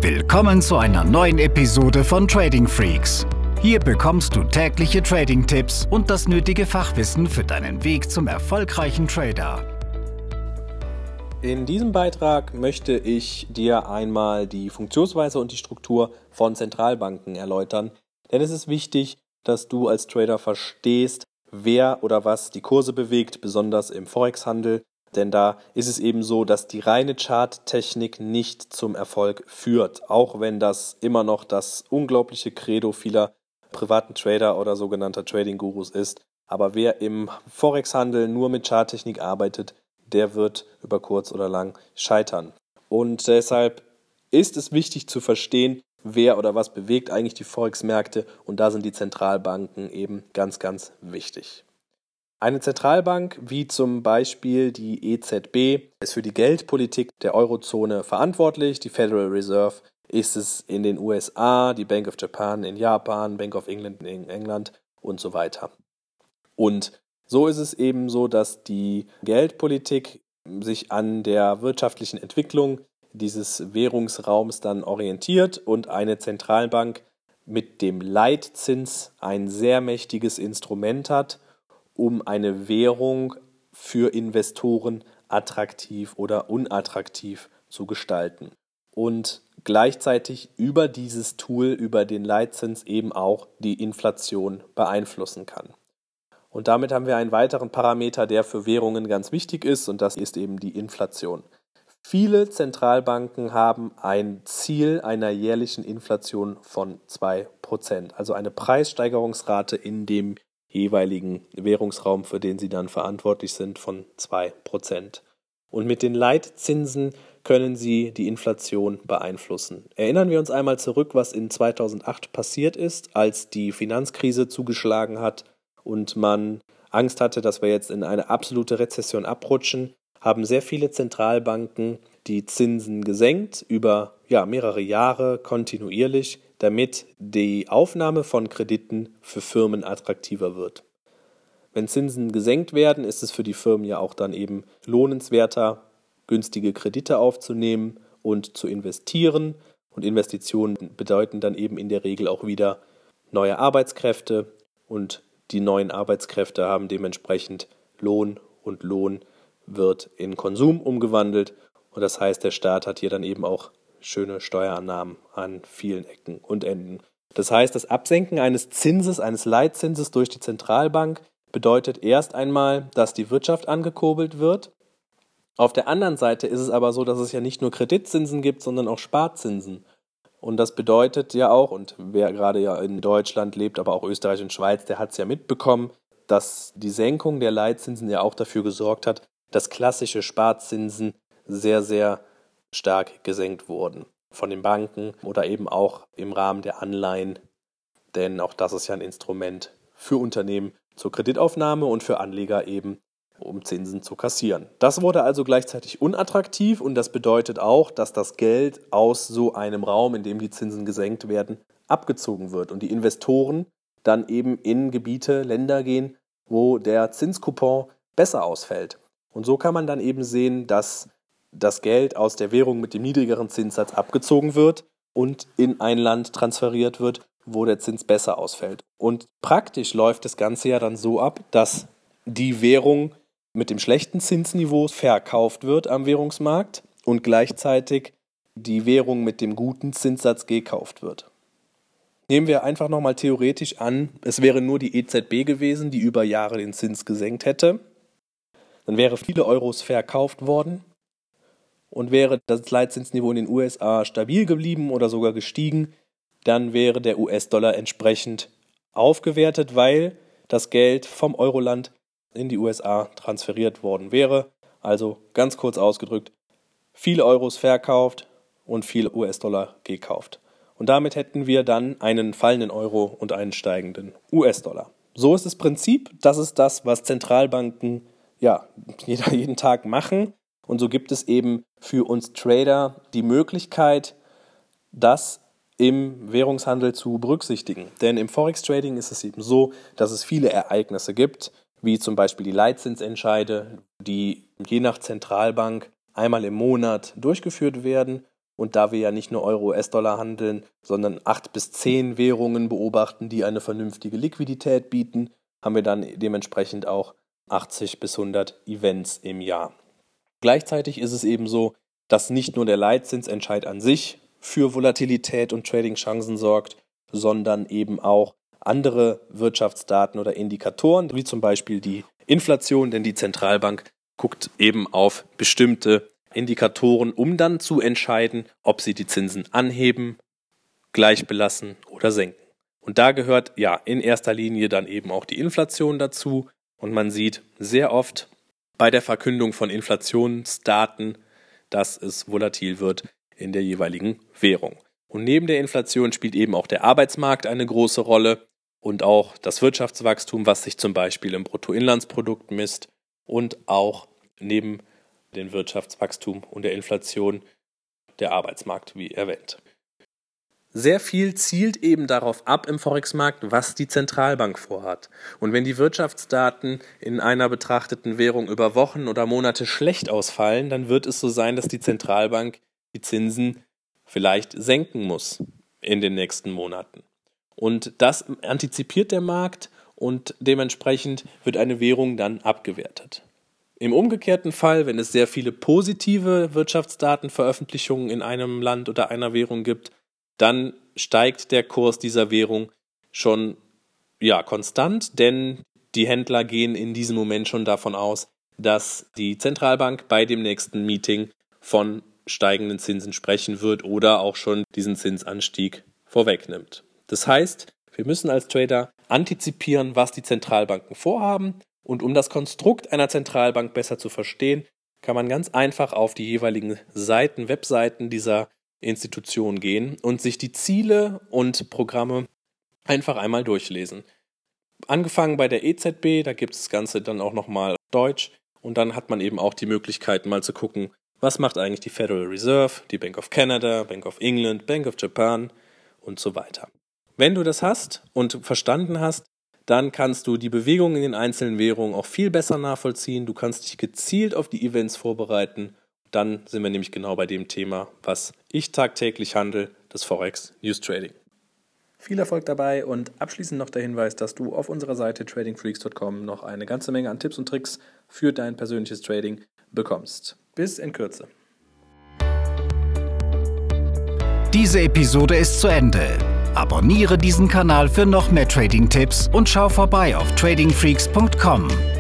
Willkommen zu einer neuen Episode von Trading Freaks. Hier bekommst du tägliche Trading-Tipps und das nötige Fachwissen für deinen Weg zum erfolgreichen Trader. In diesem Beitrag möchte ich dir einmal die Funktionsweise und die Struktur von Zentralbanken erläutern, denn es ist wichtig, dass du als Trader verstehst, wer oder was die Kurse bewegt, besonders im Forex-Handel. Denn da ist es eben so, dass die reine Charttechnik nicht zum Erfolg führt, auch wenn das immer noch das unglaubliche Credo vieler privaten Trader oder sogenannter Trading-Gurus ist. Aber wer im Forex-Handel nur mit Charttechnik arbeitet, der wird über kurz oder lang scheitern. Und deshalb ist es wichtig zu verstehen, wer oder was bewegt eigentlich die Forex-Märkte, und da sind die Zentralbanken eben ganz, ganz wichtig. Eine Zentralbank wie zum Beispiel die EZB ist für die Geldpolitik der Eurozone verantwortlich. Die Federal Reserve ist es in den USA, die Bank of Japan in Japan, Bank of England in England und so weiter. Und so ist es eben so, dass die Geldpolitik sich an der wirtschaftlichen Entwicklung dieses Währungsraums dann orientiert und eine Zentralbank mit dem Leitzins ein sehr mächtiges Instrument hat, um eine Währung für Investoren attraktiv oder unattraktiv zu gestalten. Und gleichzeitig über dieses Tool, über den Leitzins eben auch die Inflation beeinflussen kann. Und damit haben wir einen weiteren Parameter, der für Währungen ganz wichtig ist, und das ist eben die Inflation. Viele Zentralbanken haben ein Ziel einer jährlichen Inflation von 2%, also eine Preissteigerungsrate in dem jeweiligen Währungsraum, für den sie dann verantwortlich sind, von 2%. Und mit den Leitzinsen können sie die Inflation beeinflussen. Erinnern wir uns einmal zurück, was in 2008 passiert ist, als die Finanzkrise zugeschlagen hat und man Angst hatte, dass wir jetzt in eine absolute Rezession abrutschen, haben sehr viele Zentralbanken die Zinsen gesenkt über mehrere Jahre kontinuierlich, damit die Aufnahme von Krediten für Firmen attraktiver wird. Wenn Zinsen gesenkt werden, ist es für die Firmen ja auch dann eben lohnenswerter, günstige Kredite aufzunehmen und zu investieren. Und Investitionen bedeuten dann eben in der Regel auch wieder neue Arbeitskräfte, und die neuen Arbeitskräfte haben dementsprechend Lohn, und Lohn wird in Konsum umgewandelt, und das heißt, der Staat hat hier dann eben auch schöne Steuereinnahmen an vielen Ecken und Enden. Das heißt, das Absenken eines Zinses, eines Leitzinses durch die Zentralbank bedeutet erst einmal, dass die Wirtschaft angekurbelt wird. Auf der anderen Seite ist es aber so, dass es ja nicht nur Kreditzinsen gibt, sondern auch Sparzinsen. Und das bedeutet ja auch, und wer gerade ja in Deutschland lebt, aber auch Österreich und Schweiz, der hat es ja mitbekommen, dass die Senkung der Leitzinsen ja auch dafür gesorgt hat, dass klassische Sparzinsen sehr, sehr stark gesenkt wurden von den Banken oder eben auch im Rahmen der Anleihen, denn auch das ist ja ein Instrument für Unternehmen zur Kreditaufnahme und für Anleger eben, um Zinsen zu kassieren. Das wurde also gleichzeitig unattraktiv, und das bedeutet auch, dass das Geld aus so einem Raum, in dem die Zinsen gesenkt werden, abgezogen wird und die Investoren dann eben in Gebiete, Länder gehen, wo der Zinscoupon besser ausfällt. Und so kann man dann eben sehen, dass das Geld aus der Währung mit dem niedrigeren Zinssatz abgezogen wird und in ein Land transferiert wird, wo der Zins besser ausfällt. Und praktisch läuft das Ganze ja dann so ab, dass die Währung mit dem schlechten Zinsniveau verkauft wird am Währungsmarkt und gleichzeitig die Währung mit dem guten Zinssatz gekauft wird. Nehmen wir einfach nochmal theoretisch an, es wäre nur die EZB gewesen, die über Jahre den Zins gesenkt hätte. Dann wäre viele Euros verkauft worden. Und wäre das Leitzinsniveau in den USA stabil geblieben oder sogar gestiegen, dann wäre der US-Dollar entsprechend aufgewertet, weil das Geld vom Euroland in die USA transferiert worden wäre. Also ganz kurz ausgedrückt, viele Euros verkauft und viele US-Dollar gekauft. Und damit hätten wir dann einen fallenden Euro und einen steigenden US-Dollar. So ist das Prinzip, das ist das, was Zentralbanken jeden Tag machen. Und so gibt es eben für uns Trader die Möglichkeit, das im Währungshandel zu berücksichtigen. Denn im Forex-Trading ist es eben so, dass es viele Ereignisse gibt, wie zum Beispiel die Leitzinsentscheide, die je nach Zentralbank einmal im Monat durchgeführt werden. Und da wir ja nicht nur Euro, US-Dollar handeln, sondern 8 bis 10 Währungen beobachten, die eine vernünftige Liquidität bieten, haben wir dann dementsprechend auch 80 bis 100 Events im Jahr. Gleichzeitig ist es eben so, dass nicht nur der Leitzinsentscheid an sich für Volatilität und Trading-Chancen sorgt, sondern eben auch andere Wirtschaftsdaten oder Indikatoren, wie zum Beispiel die Inflation, denn die Zentralbank guckt eben auf bestimmte Indikatoren, um dann zu entscheiden, ob sie die Zinsen anheben, gleich belassen oder senken. Und da gehört ja in erster Linie dann eben auch die Inflation dazu. Und man sieht sehr oft bei der Verkündung von Inflationsdaten, dass es volatil wird in der jeweiligen Währung. Und neben der Inflation spielt eben auch der Arbeitsmarkt eine große Rolle und auch das Wirtschaftswachstum, was sich zum Beispiel im Bruttoinlandsprodukt misst, und auch neben dem Wirtschaftswachstum und der Inflation der Arbeitsmarkt, wie erwähnt. Sehr viel zielt eben darauf ab im Forex-Markt, was die Zentralbank vorhat. Und wenn die Wirtschaftsdaten in einer betrachteten Währung über Wochen oder Monate schlecht ausfallen, dann wird es so sein, dass die Zentralbank die Zinsen vielleicht senken muss in den nächsten Monaten. Und das antizipiert der Markt und dementsprechend wird eine Währung dann abgewertet. Im umgekehrten Fall, wenn es sehr viele positive Wirtschaftsdatenveröffentlichungen in einem Land oder einer Währung gibt, dann steigt der Kurs dieser Währung schon konstant, denn die Händler gehen in diesem Moment schon davon aus, dass die Zentralbank bei dem nächsten Meeting von steigenden Zinsen sprechen wird oder auch schon diesen Zinsanstieg vorwegnimmt. Das heißt, wir müssen als Trader antizipieren, was die Zentralbanken vorhaben, und um das Konstrukt einer Zentralbank besser zu verstehen, kann man ganz einfach auf die jeweiligen Webseiten dieser Institution gehen und sich die Ziele und Programme einfach einmal durchlesen. Angefangen bei der EZB, da gibt es das Ganze dann auch nochmal auf Deutsch, und dann hat man eben auch die Möglichkeit mal zu gucken, was macht eigentlich die Federal Reserve, die Bank of Canada, Bank of England, Bank of Japan und so weiter. Wenn du das hast und verstanden hast, dann kannst du die Bewegungen in den einzelnen Währungen auch viel besser nachvollziehen. Du kannst dich gezielt auf die Events vorbereiten. Dann sind wir nämlich genau bei dem Thema, was ich tagtäglich handle, das Forex News Trading. Viel Erfolg dabei und abschließend noch der Hinweis, dass du auf unserer Seite tradingfreaks.com noch eine ganze Menge an Tipps und Tricks für dein persönliches Trading bekommst. Bis in Kürze. Diese Episode ist zu Ende. Abonniere diesen Kanal für noch mehr Trading-Tipps und schau vorbei auf tradingfreaks.com.